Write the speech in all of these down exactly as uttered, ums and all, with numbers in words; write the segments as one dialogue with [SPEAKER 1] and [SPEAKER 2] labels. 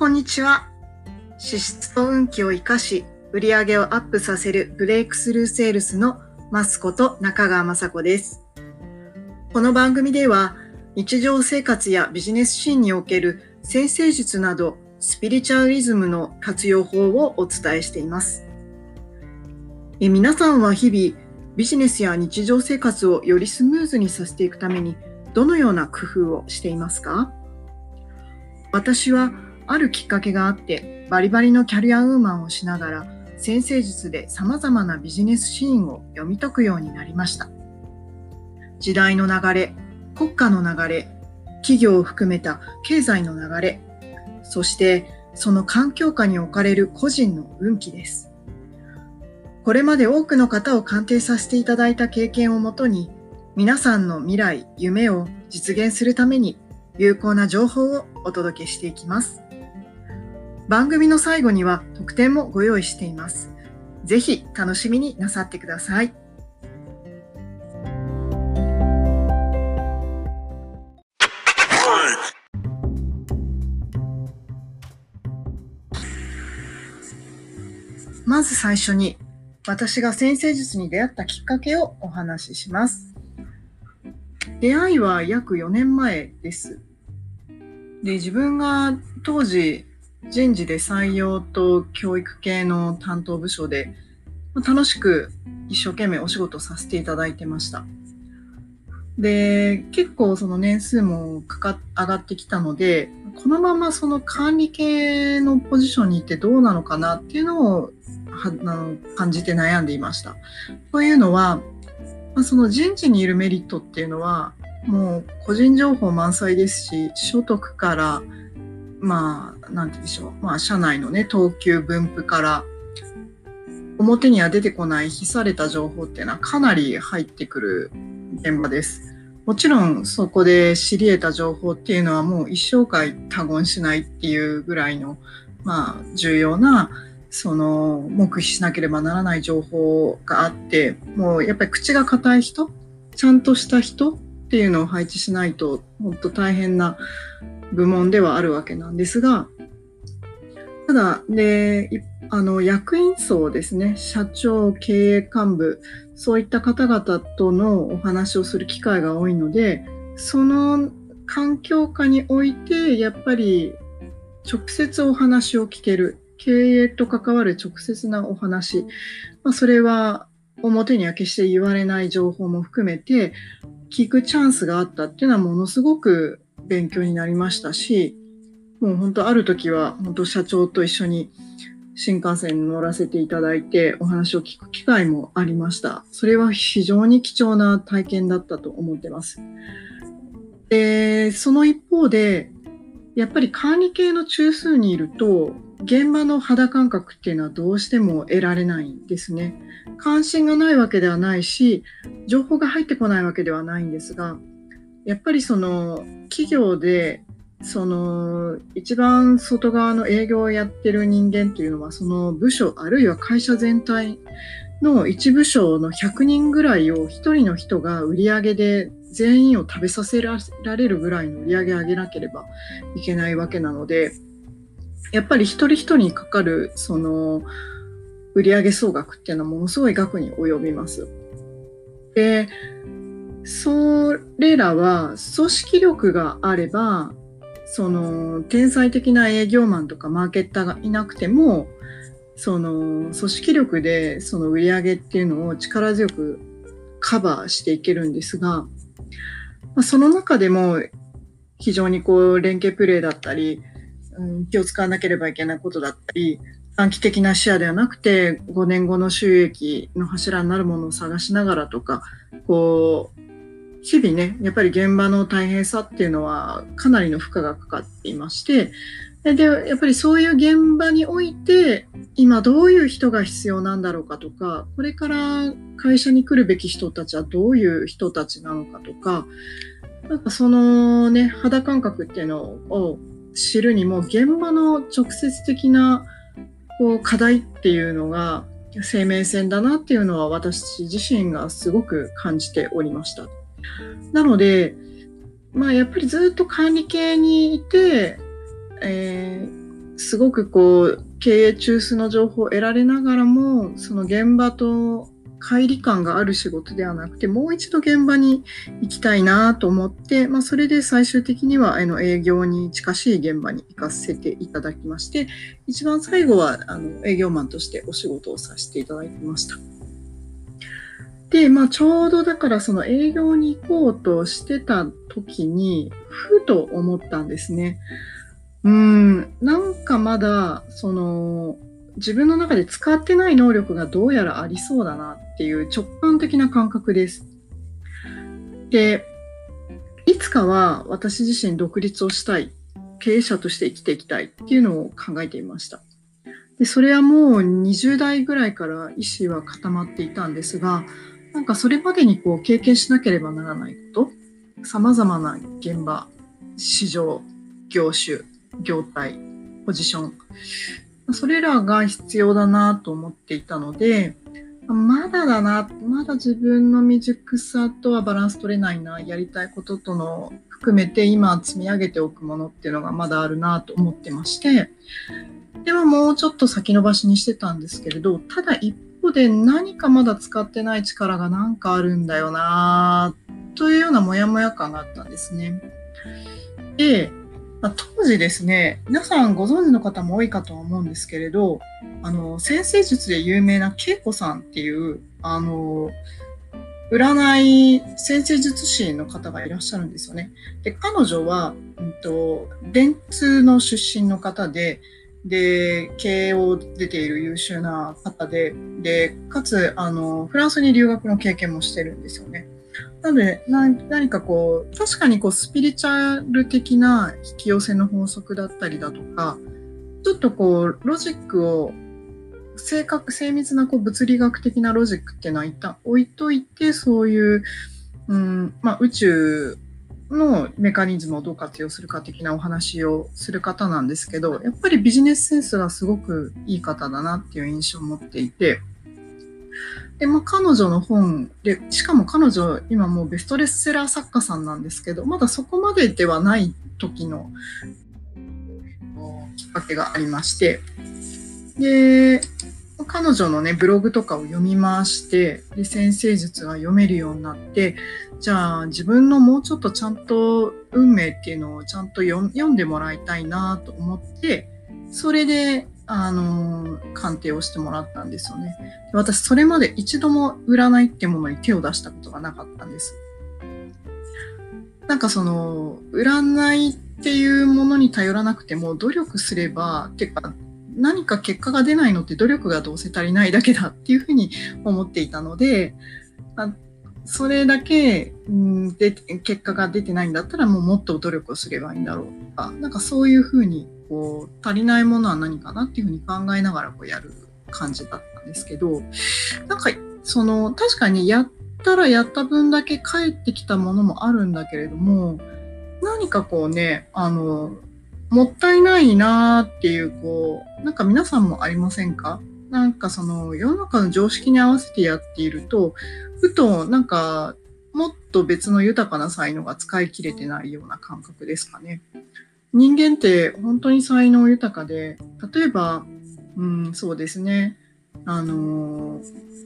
[SPEAKER 1] こんにちは。資質と運気を生かし、売上をアップさせるブレイクスルーセールスのマスこと中川雅子です。この番組では、日常生活やビジネスシーンにおける占星術などスピリチュアリズムの活用法をお伝えしています。え皆さんは日々ビジネスや日常生活をよりスムーズにさせていくためにどのような工夫をしていますか？私はあるきっかけがあってバリバリのキャリアウーマンをしながら占星術で様々なビジネスシーンを読み解くようになりました。時代の流れ、国家の流れ、企業を含めた経済の流れ、そしてその環境下に置かれる個人の運気です。これまで多くの方を鑑定させていただいた経験をもとに、皆さんの未来、夢を実現するために有効な情報をお届けしていきます。番組の最後には特典もご用意しています。ぜひ楽しみになさってください。まず最初に、私が占星術に出会ったきっかけをお話しします。出会いは約よねんまえです。で、自分が当時人事で採用と教育系の担当部署で楽しく一生懸命お仕事させていただいてました。で、結構その年数もかか上がってきたので、このままその管理系のポジションにいてどうなのかなっていうのをはあの感じて悩んでいました。というのは、まあ、その人事にいるメリットっていうのはもう個人情報満載ですし、所得からまあなんて言うんでしょう、まあ社内のね等級分布から表には出てこない秘された情報っていうのはかなり入ってくる現場です。もちろんそこで知り得た情報っていうのはもう一生涯他言しないっていうぐらいのまあ重要なその黙秘しなければならない情報があって、もうやっぱり口が固い人、ちゃんとした人っていうのを配置しないと本当大変な部門ではあるわけなんですが、ただであの役員層ですね、社長、経営幹部、そういった方々とのお話をする機会が多いので、その環境下においてやっぱり直接お話を聞ける、経営と関わる直接なお話、まあ、それは表には決して言われない情報も含めて聞くチャンスがあったっていうのはものすごく勉強になりましたし、もう本当ある時は本当社長と一緒に新幹線に乗らせていただいてお話を聞く機会もありました。それは非常に貴重な体験だったと思ってます。で、その一方でやっぱり管理系の中枢にいると現場の肌感覚っていうのはどうしても得られないんですね。関心がないわけではないし、情報が入ってこないわけではないんですが、やっぱりその企業でその一番外側の営業をやってる人間っていうのはその部署あるいは会社全体の一部署のひゃくにんぐらいを一人の人が売り上げで全員を食べさせられるぐらいの売り上げを上げなければいけないわけなので、やっぱり一人一人にかかるその売上総額っていうのはものすごい額に及びます。で、それらは組織力があれば、その天才的な営業マンとかマーケッターがいなくても、その組織力でその売上っていうのを力強くカバーしていけるんですが、まあ、その中でも非常にこう連携プレーだったり、うん、気を使わなければいけないことだったり、短期的な視野ではなくてごねんごの収益の柱になるものを探しながらとか、こう日々ね、やっぱり現場の大変さっていうのはかなりの負荷がかかっていまして、で、やっぱりそういう現場において今どういう人が必要なんだろうかとか、これから会社に来るべき人たちはどういう人たちなのかとか、なんかそのね、肌感覚っていうのを知るにも現場の直接的なこう課題っていうのが生命線だなっていうのは私自身がすごく感じておりました。なので、まあ、やっぱりずっと管理系にいて、えーすごくこう経営中枢の情報を得られながらも、その現場と乖離感がある仕事ではなくて、もう一度現場に行きたいなと思って、まあ、それで最終的にはあの営業に近しい現場に行かせていただきまして、一番最後はあの営業マンとしてお仕事をさせていただいてました。で、まあ、ちょうどだからその営業に行こうとしてた時に、ふと思ったんですね。うーん、なんかまだ、その、自分の中で使ってない能力がどうやらありそうだなっていう直感的な感覚です。で、いつかは私自身独立をしたい、経営者として生きていきたいっていうのを考えていました。で、それはもうにじゅう代ぐらいから意思は固まっていたんですが、なんかそれまでにこう経験しなければならないこと、様々な現場、市場、業種、業態、ポジション、それらが必要だなと思っていたので、まだだな、まだ自分の未熟さとはバランス取れないな、やりたいこととの含めて今積み上げておくものっていうのがまだあるなと思ってまして、ではもうちょっと先延ばしにしてたんですけれど、ただ一方で何かまだ使ってない力がなんかあるんだよなというようなモヤモヤ感があったんですね。で、まあ、当時ですね、皆さんご存知の方も多いかとは思うんですけれど、あの占星術で有名な恵子さんっていうあの占い占星術師の方がいらっしゃるんですよね。で、彼女は、うんと、電通の出身の方で、で、経営を出ている優秀な方で、で、かつ、あの、フランスに留学の経験もしてるんですよね。なので、何かこう、確かにこう、スピリチュアル的な引き寄せの法則だったりだとか、ちょっとこう、ロジックを、正確、精密なこう物理学的なロジックっていうのは一旦置いといて、そういう、うんまあ、宇宙のメカニズムをどう活用するか的なお話をする方なんですけど、やっぱりビジネスセンスがすごくいい方だなっていう印象を持っていて、で、まあ、彼女の本で、しかも彼女今もうベストレスセラー作家さんなんですけど、まだそこまでではない時のきっかけがありまして、で、彼女のね、ブログとかを読み回して、で、占星術が読めるようになって、じゃあ自分のもうちょっとちゃんと運命っていうのをちゃんと読んでもらいたいなと思って、それで、あの、鑑定をしてもらったんですよね。私、それまで一度も占いってものに手を出したことがなかったんです。なんかその、占いっていうものに頼らなくても努力すれば、てか、何か結果が出ないのって努力がどうせ足りないだけだっていうふうに思っていたので、それだけ、うん、で結果が出てないんだったらもうもっと努力をすればいいんだろうとか、なんかそういうふうにこう足りないものは何かなっていうふうに考えながらこうやる感じだったんですけど、なんかその確かにやったらやった分だけ返ってきたものもあるんだけれども、何かこうね、あのもったいないなっていう、こう、なんか皆さんもありませんか？なんかその世の中の常識に合わせてやっていると、ふとなんかもっと別の豊かな才能が使い切れてないような感覚ですかね。人間って本当に才能豊かで、例えば、うん、そうですね、あの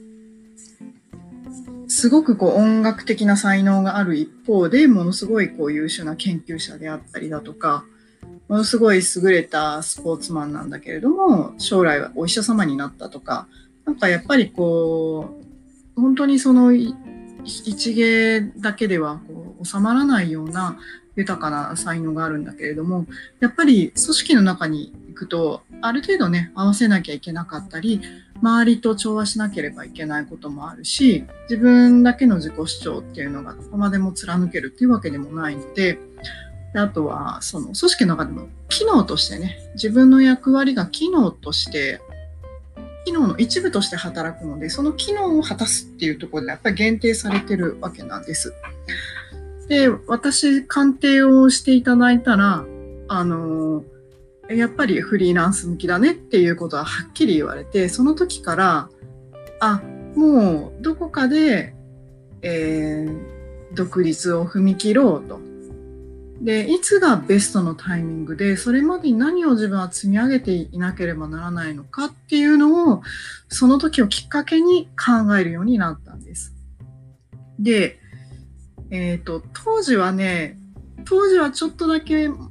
[SPEAKER 1] すごくこう音楽的な才能がある一方で、ものすごいこう優秀な研究者であったりだとか、ものすごい優れたスポーツマンなんだけれども、将来はお医者様になったとか、なんかやっぱりこう、本当にその一芸だけではこう収まらないような豊かな才能があるんだけれども、やっぱり組織の中に行くと、ある程度ね、合わせなきゃいけなかったり、周りと調和しなければいけないこともあるし、自分だけの自己主張っていうのがどこまでも貫けるっていうわけでもないので、であとはその組織の中でも機能としてね、自分の役割が機能として機能の一部として働くので、その機能を果たすっていうところでやっぱり限定されてるわけなんです。で、私鑑定をしていただいたら、あのやっぱりフリーランス向きだねっていうことははっきり言われて、その時からあもうどこかで、えー、独立を踏み切ろうと。 で、いつがベストのタイミングで、それまでに何を自分は積み上げていなければならないのかっていうのを、その時をきっかけに考えるようになったんです。で、えっと、当時はね、当時はちょっとだけ、うん、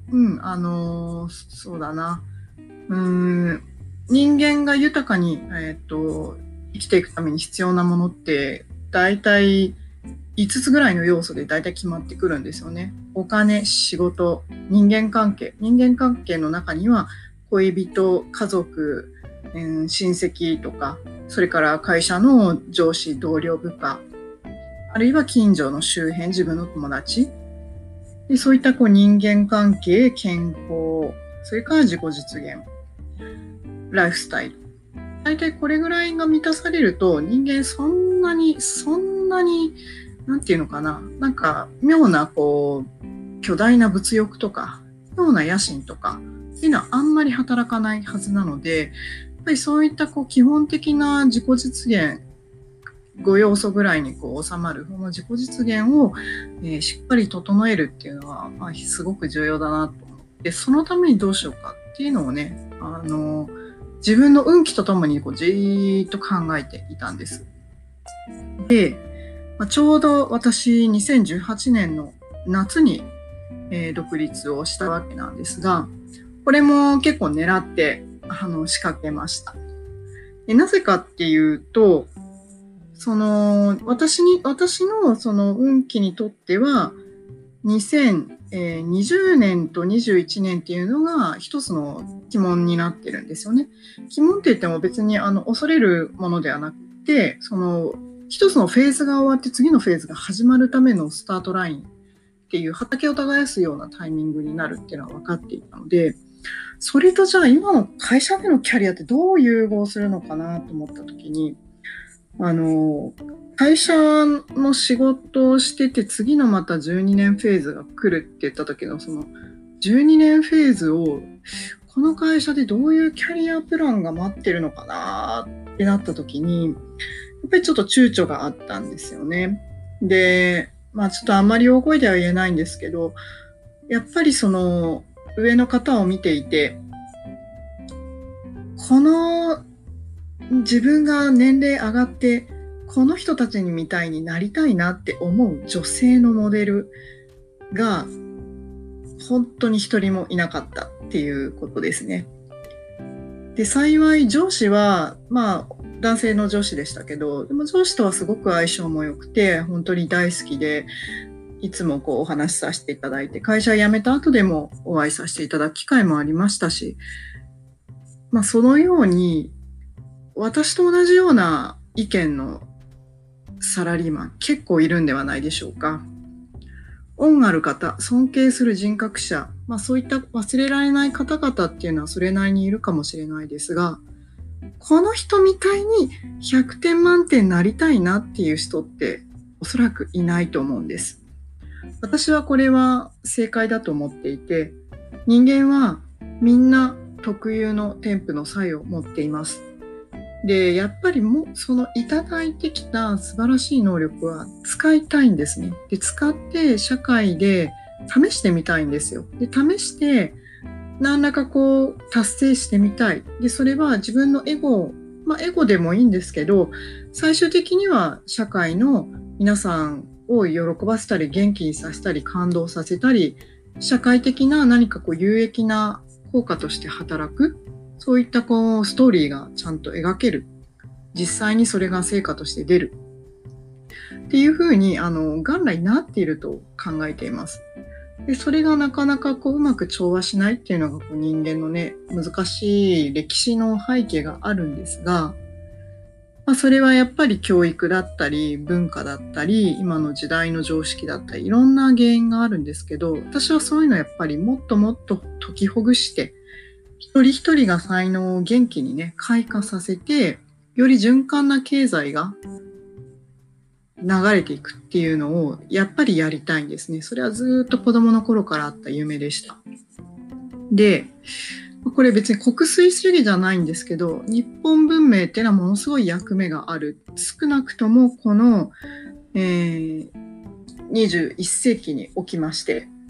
[SPEAKER 1] あのーそうだな、うーん、人間が豊かに、えっと、生きていくために必要なものって、大体いつつぐらいの要素で大体決まってくるんですよね。お金、仕事、人間関係。人間関係の中には、恋人、家族、うん、親戚とか、それから会社の上司、同僚、部下、あるいは近所の周辺、自分の友達。でそういったこう人間関係、健康、それから自己実現、ライフスタイル。大体これぐらいが満たされると、人間そんなに、そんなに、なんていうのかな、なんか妙なこう巨大な物欲とか妙な野心とかっていうのはあんまり働かないはずなので、やっぱりそういったこう基本的な自己実現ご要素ぐらいにこう収まるこの自己実現を、えー、しっかり整えるっていうのは、まあ、すごく重要だなと思って、そのためにどうしようかっていうのをね、あの自分の運気とともにこうじーっと考えていたんです。でちょうど私にせんじゅうはちねんの夏に、えー、独立をしたわけなんですが、これも結構狙ってあの仕掛けました。でなぜかっていうと、その私に私のその運気にとってはにせんにじゅうねんとにじゅういちねんっていうのが一つの鬼門になってるんですよね。鬼門って言っても別にあの恐れるものではなくて、その一つのフェーズが終わって次のフェーズが始まるためのスタートラインっていう畑を耕すようなタイミングになるっていうのは分かっていたので、それとじゃあ今の会社でのキャリアってどう融合するのかなと思った時に、あの会社の仕事をしてて次のまたじゅうにねんフェーズが来るって言った時のそのじゅうにねんフェーズをこの会社でどういうキャリアプランが待ってるのかなってなった時に、やっぱりちょっと躊躇があったんですよね。で、まあちょっとあんまり大声では言えないんですけど、やっぱりその上の方を見ていて、この自分が年齢上がってこの人たちにみたいになりたいなって思う女性のモデルが本当に一人もいなかったっていうことですね。で、幸い上司はまあ男性の上司でしたけど、でも上司とはすごく相性も良くて本当に大好きで、いつもこうお話しさせていただいて、会社辞めた後でもお会いさせていただく機会もありましたし、まあそのように私と同じような意見のサラリーマン結構いるんではないでしょうか。恩ある方、尊敬する人格者、まあそういった忘れられない方々っていうのはそれなりにいるかもしれないですが、この人みたいにひゃくてん満点になりたいなっていう人っておそらくいないと思うんです。私はこれは正解だと思っていて、人間はみんな特有の天賦の才を持っています。で、やっぱりもそのいただいてきた素晴らしい能力は使いたいんですね。で、使って社会で試してみたいんですよ。で、試して何らかこう達成してみたい。で、それは自分のエゴ、まあエゴでもいいんですけど、最終的には社会の皆さんを喜ばせたり、元気にさせたり、感動させたり、社会的な何かこう有益な効果として働く。そういったこうストーリーがちゃんと描ける。実際にそれが成果として出る。っていうふうに、あの、元来なっていると考えています。で、それがなかなかこううまく調和しないっていうのがこう人間のね、難しい歴史の背景があるんですが、まあ、それはやっぱり教育だったり、文化だったり、今の時代の常識だったり、いろんな原因があるんですけど、私はそういうのはやっぱりもっともっと解きほぐして、一人一人が才能を元気にね、開花させて、より循環な経済が流れていくっていうのをやっぱりやりたいんですね。それはずっと子供の頃からあった夢でした。で、これ別に国粋主義じゃないんですけど、日本文明っていうのはものすごい役目がある。少なくともこの、えー、にじゅういっ世紀に起きまして、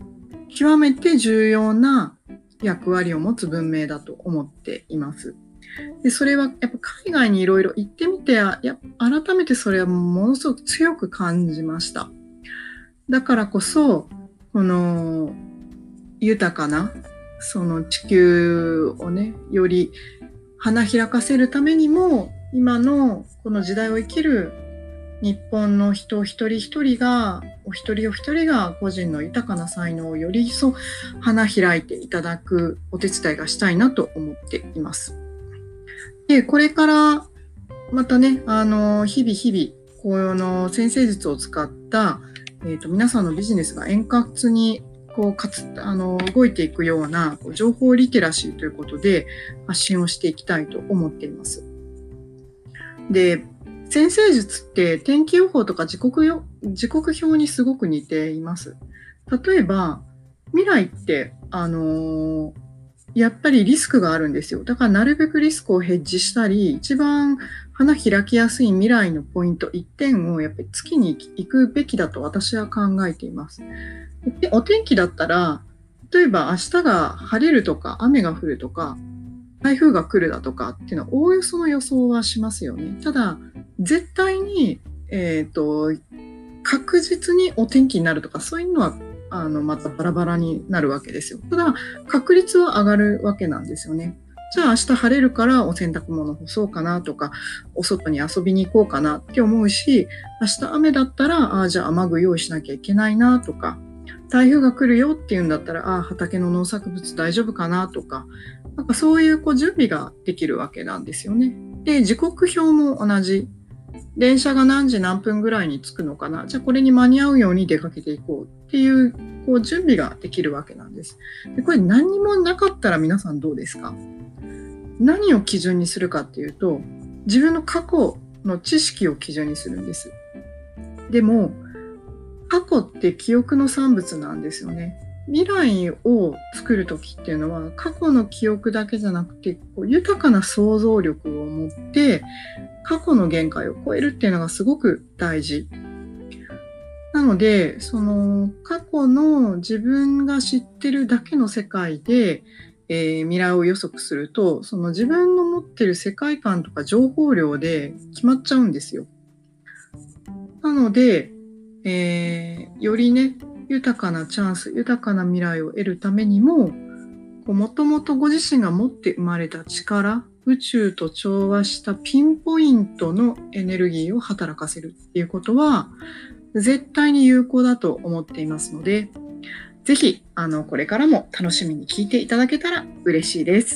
[SPEAKER 1] 極めて重要な役割を持つ文明だと思っています。でそれはやっぱ海外にいろいろ行ってみてや改めてそれはものすごく強く感じました。だからこそこの豊かなその地球をねより花開かせるためにも今のこの時代を生きる日本の人一人一人がお一人お一人が個人の豊かな才能をより一層花開いていただくお手伝いがしたいなと思っています。でこれからまたねあの日々日々この占星術を使った、えーと、皆さんのビジネスが円滑にこうかつあの動いていくようなこう情報リテラシーということで発信をしていきたいと思っています。で占星術って天気予報とか時刻よ時刻表にすごく似ています。例えば未来ってあのー、やっぱりリスクがあるんですよ。だからなるべくリスクをヘッジしたり、一番花開きやすい未来のポイントいってんをやっぱり月に行くべきだと私は考えています。でお天気だったら、例えば明日が晴れるとか雨が降るとか台風が来るだとかっていうのはおおよその予想はしますよね。ただ絶対に、えーと、確実にお天気になるとかそういうのはあのまたバラバラになるわけですよ。ただ確率は上がるわけなんですよね。じゃあ明日晴れるからお洗濯物干そうかなとかお外に遊びに行こうかなって思うし、明日雨だったらあじゃあ雨具用意しなきゃいけないなとか、台風が来るよっていうんだったらあ畑の農作物大丈夫かなとか、なんかそういうこう準備ができるわけなんですよね。で時刻表も同じ。電車が何時何分ぐらいに着くのかな、じゃあこれに間に合うように出かけていこうっていう、こう準備ができるわけなんです。でこれ何にもなかったら皆さんどうですか？何を基準にするかっていうと、自分の過去の知識を基準にするんです。でも過去って記憶の産物なんですよね。未来を作るときっていうのは過去の記憶だけじゃなくてこう豊かな想像力を持って過去の限界を超えるっていうのがすごく大事。なのでその過去の自分が知ってるだけの世界で、えー、未来を予測するとその自分の持ってる世界観とか情報量で決まっちゃうんですよ。なので、えー、よりね豊かなチャンス、豊かな未来を得るためにも、もともとご自身が持って生まれた力、宇宙と調和したピンポイントのエネルギーを働かせるっていうことは、絶対に有効だと思っていますので、ぜひ、あの、これからも楽しみに聞いていただけたら嬉しいです。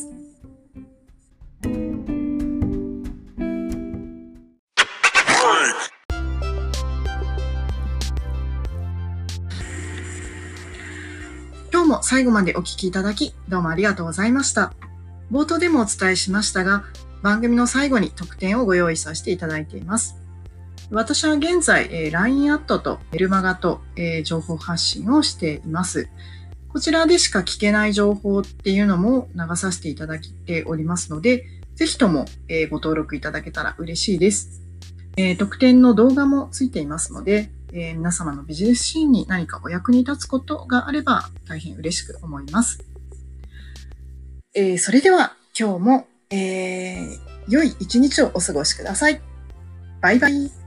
[SPEAKER 1] 今日も最後までお聞きいただき、どうもありがとうございました。冒頭でもお伝えしましたが、番組の最後に特典をご用意させていただいています。私は現在、えー、ライン アットとメルマガと、えー、情報発信をしています。こちらでしか聞けない情報っていうのも流させていただいておりますので、ぜひとも、えー、ご登録いただけたら嬉しいです。えー、特典の動画もついていますので、えー、皆様のビジネスシーンに何かお役に立つことがあれば大変嬉しく思います。えー、それでは今日も、えー、良い一日をお過ごしください。バイバイ。